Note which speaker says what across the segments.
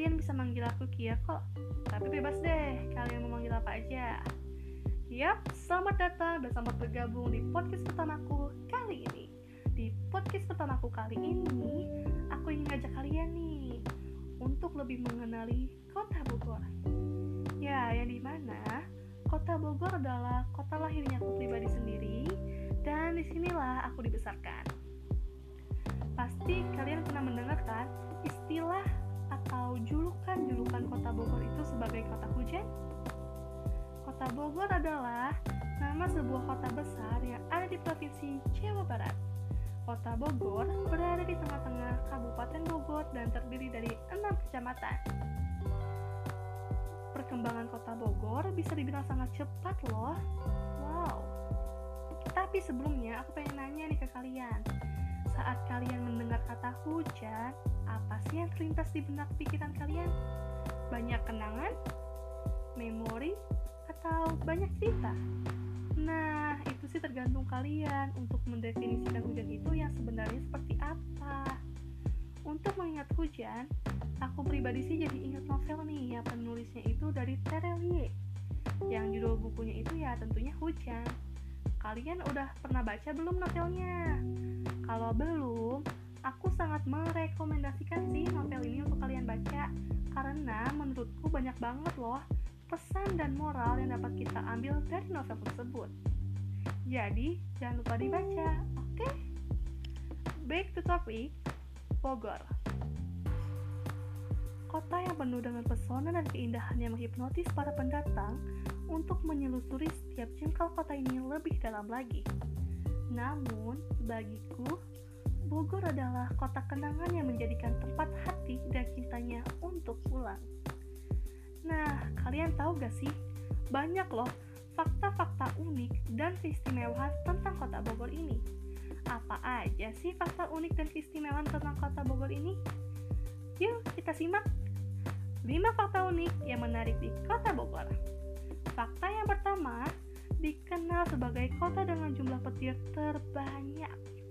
Speaker 1: kalian bisa manggil aku Kia kok. Tapi bebas deh, kalian mau manggil apa aja. Yap, selamat datang dan selamat bergabung di podcast pertamaku kali ini. Di podcast pertamaku kali ini, aku ingin ngajak kalian nih untuk lebih mengenali Kota Bogor. Ya, yang dimana Kota Bogor adalah kota lahirnya aku pribadi sendiri, dan disinilah aku dibesarkan. Pasti kalian pernah mendengarkan istilah atau julukan Kota Bogor itu sebagai kota hujan? Kota Bogor adalah nama sebuah kota besar yang ada di Provinsi Jawa Barat. Kota Bogor berada di tengah-tengah Kabupaten Bogor dan terdiri dari 6 kecamatan. Perkembangan Kota Bogor bisa dibilang sangat cepat loh. Wow. Tapi sebelumnya aku pengen nanya nih ke kalian. Saat kalian mendengar kata hujan, apa sih yang terlintas di benak pikiran kalian? Banyak kenangan? Memori? Atau banyak cerita? Nah, itu sih tergantung kalian untuk mendefinisikan hujan itu yang sebenarnya seperti apa. Untuk mengingat hujan, aku pribadi sih jadi ingat novel nih yang penulisnya itu dari Terelie. Yang judul bukunya itu ya tentunya Hujan. Kalian udah pernah baca belum novelnya? Kalau belum, aku sangat merekomendasikan sih novel ini untuk kalian baca, karena menurutku banyak banget loh pesan dan moral yang dapat kita ambil dari novel tersebut. Jadi, jangan lupa dibaca, oke? Back to topic, Bogor. Kota yang penuh dengan pesona dan keindahan yang menghipnotis para pendatang untuk menyelusuri setiap jengkal kota ini lebih dalam lagi. Namun, bagiku, Bogor adalah kota kenangan yang menjadikan tempat hati dan cintanya untuk pulang. Nah, kalian tahu gak sih? Banyak loh fakta-fakta unik dan keistimewaan tentang kota Bogor ini. Apa aja sih fakta unik dan keistimewaan tentang kota Bogor ini? Yuk, kita simak 5 fakta unik yang menarik di kota Bogor. Fakta yang pertama, dikenal sebagai kota dengan jumlah petir terbanyak.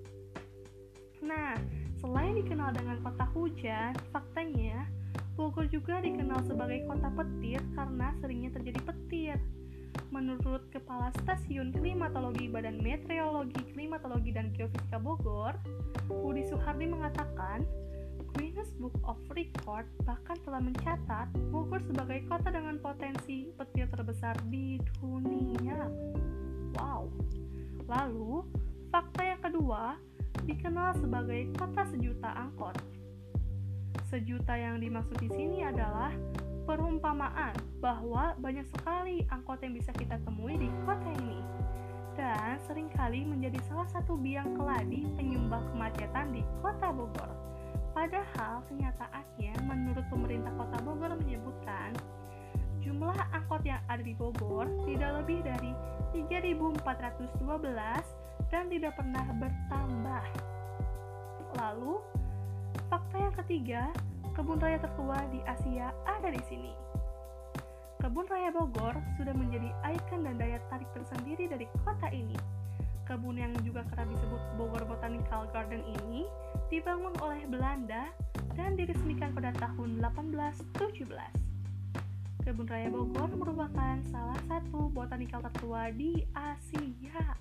Speaker 1: Nah, selain dikenal dengan kota hujan, faktanya Bogor juga dikenal sebagai kota petir karena seringnya terjadi petir. Menurut Kepala Stasiun Klimatologi Badan Meteorologi, Klimatologi dan Geofisika Bogor, Budi Suhardi mengatakan, Guinness Book of Record bahkan telah mencatat Bogor sebagai kota dengan potensi petir terbesar di dunia. Wow. Lalu, fakta yang kedua, dikenal sebagai kota sejuta angkot. Sejuta yang dimaksud di sini adalah perumpamaan bahwa banyak sekali angkot yang bisa kita temui di kota ini, dan seringkali menjadi salah satu biang keladi penyumbang kemacetan di kota Bogor. Padahal kenyataannya menurut pemerintah kota Bogor menyebutkan jumlah angkot yang ada di Bogor tidak lebih dari 3.412 dan tidak pernah bertambah. Lalu, fakta yang ketiga, kebun raya tertua di Asia ada di sini. Kebun raya Bogor sudah menjadi ikon dan daya tarik tersendiri dari kota ini. Kebun yang juga kerap disebut Bogor Botanical Garden ini dibangun oleh Belanda dan diresmikan pada tahun 1817. Kebun Raya Bogor merupakan salah satu botanikal tertua di Asia.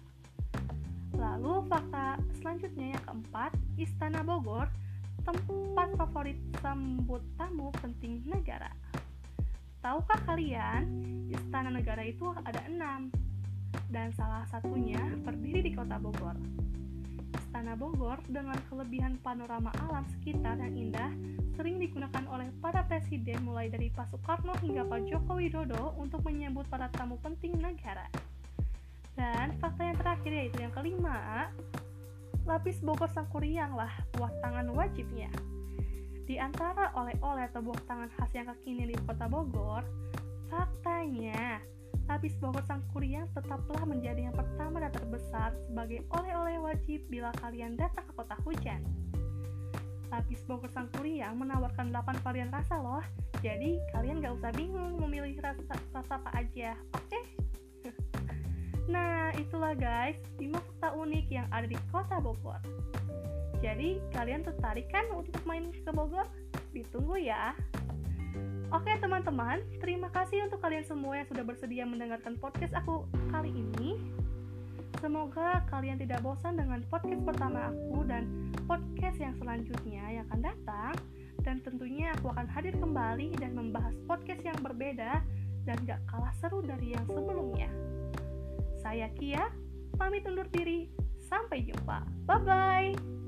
Speaker 1: Lalu fakta selanjutnya yang keempat, Istana Bogor, tempat favorit sambut tamu penting negara. Tahukah kalian, Istana Negara itu ada 6, dan salah satunya berdiri di kota Bogor. Istana Bogor dengan kelebihan panorama alam sekitar yang indah sering digunakan oleh para presiden mulai dari Pak Soekarno hingga Pak Joko Widodo untuk menyambut para tamu penting negara. Dan fakta yang terakhir yaitu yang kelima, lapis Bogor Sangkuriang lah buah tangan wajibnya. Di antara oleh-oleh atau buah tangan khas yang kekinian di kota Bogor, faktanya lapis Bogor Sangkuriang tetaplah menjadi yang pertama dan terbesar sebagai oleh-oleh wajib bila kalian datang ke kota hujan. Lapis Bogor Sangkuriang menawarkan 8 varian rasa loh, jadi kalian gak usah bingung memilih rasa apa aja, oke? Nah, itulah guys, 5 fakta unik yang ada di kota Bogor. Jadi, kalian tertarik kan untuk main ke Bogor? Ditunggu ya. Oke teman-teman, terima kasih untuk kalian semua yang sudah bersedia mendengarkan podcast aku kali ini. Semoga kalian tidak bosan dengan podcast pertama aku dan podcast yang selanjutnya yang akan datang. Dan tentunya aku akan hadir kembali dan membahas podcast yang berbeda dan gak kalah seru dari yang sebelumnya. Saya Kia, pamit undur diri. Sampai jumpa. Bye-bye.